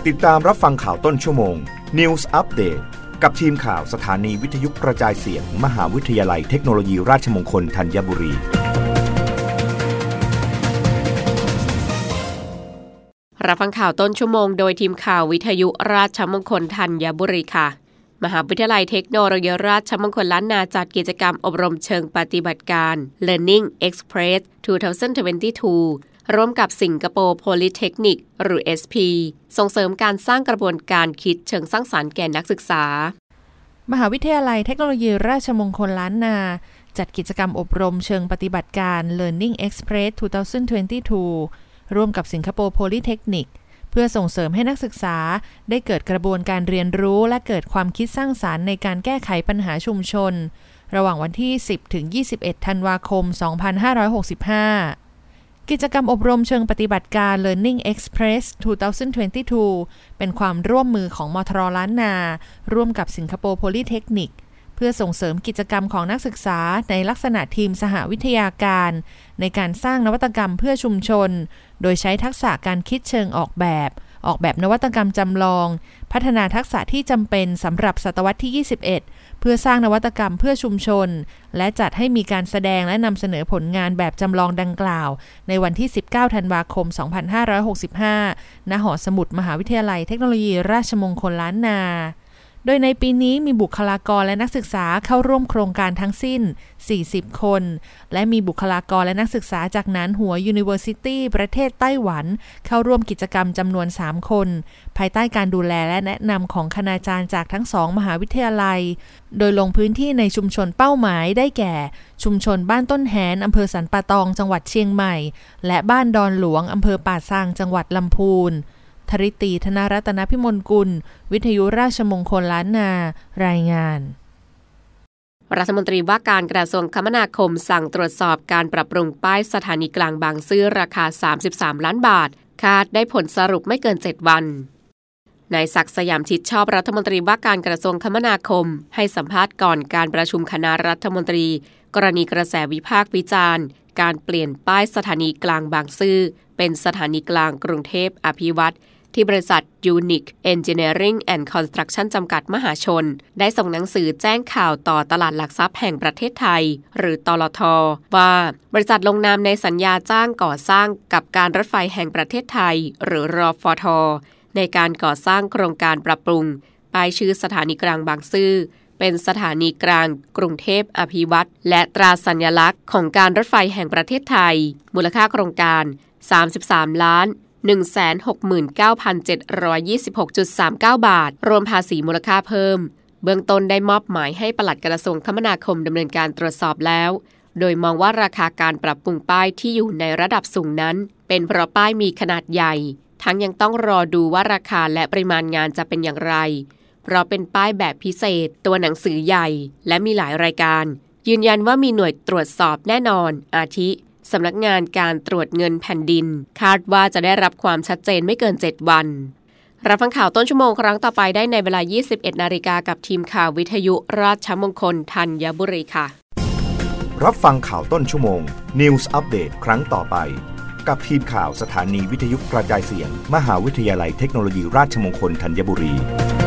ติดตามรับฟังข่าวต้นชั่วโมง News Update กับทีมข่าวสถานีวิทยุกระจายเสียง มหาวิทยาลัยเทคโนโลยีราชมงคลธัญบุรีรับฟังข่าวต้นชั่วโมงโดยทีมข่าววิทยุราชมงคลธัญบุรีค่ะมหาวิทยาลัยเทคโนโลยีราชมงคลล้านนาจัดกิจกรรมอบรมเชิงปฏิบัติการ Learning Express 2022 ร่วมกับสิงคโปร์โพลิเทคนิคหรือ SP ส่งเสริมการสร้างกระบวนการคิดเชิงสร้างสรรค์แก่นักศึกษามหาวิทยาลัยเทคโนโลยีราชมงคลล้านนาจัดกิจกรรมอบรมเชิงปฏิบัติการ Learning Express 2022 ร่วมกับสิงคโปร์โพลิเทคนิคเพื่อส่งเสริมให้นักศึกษาได้เกิดกระบวนการเรียนรู้และเกิดความคิดสร้างสรรค์ในการแก้ไขปัญหาชุมชนระหว่างวันที่ 10-21 ธันวาคม 2565 กิจกรรมอบรมเชิงปฏิบัติการ Learning Express 2022 เป็นความร่วมมือของมทร.ล้านนาร่วมกับสิงคโปร์โพลิเทคนิคเพื่อส่งเสริมกิจกรรมของนักศึกษาในลักษณะทีมสหวิทยาการในการสร้างนวัตกรรมเพื่อชุมชนโดยใช้ทักษะการคิดเชิงออกแบบนวัตกรรมจำลองพัฒนาทักษะที่จำเป็นสำหรับศตวรรษที่ 21 เพื่อสร้างนวัตกรรมเพื่อชุมชนและจัดให้มีการแสดงและนำเสนอผลงานแบบจำลองดังกล่าวในวันที่ 19 ธันวาคม 2565 ณ หอสมุดมหาวิทยาลัยเทคโนโลยีราชมงคลล้านนาโดยในปีนี้มีบุคลากรและนักศึกษาเข้าร่วมโครงการทั้งสิ้น 40 คนและมีบุคลากรและนักศึกษาจากหนานหัว University ประเทศไต้หวันเข้าร่วมกิจกรรมจำนวน 3 คนภายใต้การดูแลและแนะนำของคณาจารย์จากทั้ง2มหาวิทยาลัยโดยลงพื้นที่ในชุมชนเป้าหมายได้แก่ชุมชนบ้านต้นแหนอำเภอสันป่าตองจังหวัดเชียงใหม่และบ้านดอนหลวงอำเภอป่าซางจังหวัดลำพูนธริตี ธนรัตนพิมลกุลวิทยุราชมงคลล้านนารายงานรัฐมนตรีว่าการกระทรวงคมนาคมสั่งตรวจสอบการปรับปรุงป้ายสถานีกลางบางซื่อราคา33ล้านบาทคาดได้ผลสรุปไม่เกิน7วันนายศักดิ์สยามชิดชอบรัฐมนตรีว่าการกระทรวงคมนาคมให้สัมภาษณ์ก่อนการประชุมคณะรัฐมนตรีกรณีกระแสวิพากษ์วิจารณ์การเปลี่ยนป้ายสถานีกลางบางซื่อเป็นสถานีกลางกรุงเทพอภิวัตรที่บริษัท Unique Engineering and Construction จำกัดมหาชนได้ส่งหนังสือแจ้งข่าวต่อตลาดหลักทรัพย์แห่งประเทศไทยหรือตลท.ว่าบริษัทลงนามในสัญญาจ้างก่อสร้างกับการรถไฟแห่งประเทศไทยหรือรฟท.ในการก่อสร้างโครงการปรับปรุงป้ายชื่อสถานีกลางบางซื่อเป็นสถานีกลางกรุงเทพอภิวัตรและตราสัญลักษณ์ของการรถไฟแห่งประเทศไทยมูลค่าโครงการ33,169,726.39 บาทรวมภาษีมูลค่าเพิ่มเบื้องต้นได้มอบหมายให้ปลัดกระทรวงคมนาคมดำเนินการตรวจสอบแล้วโดยมองว่าราคาการปรับปรุงป้ายที่อยู่ในระดับสูงนั้นเป็นเพราะป้ายมีขนาดใหญ่ทั้งยังต้องรอดูว่าราคาและปริมาณงานจะเป็นอย่างไรเพราะเป็นป้ายแบบพิเศษตัวหนังสือใหญ่และมีหลายรายการยืนยันว่ามีหน่วยตรวจสอบแน่นอนอาทิสำนักงานการตรวจเงินแผ่นดินคาดว่าจะได้รับความชัดเจนไม่เกิน7วันรับฟังข่าวต้นชั่วโมงครั้งต่อไปได้ในเวลา 21:00 น.กับทีมข่าววิทยุราชมงคลธัญบุรีค่ะรับฟังข่าวต้นชั่วโมง News Update ครั้งต่อไปกับทีมข่าวสถานีวิทยุกระจายเสียงมหาวิทยาลัยเทคโนโลยีราชมงคลธัญบุรี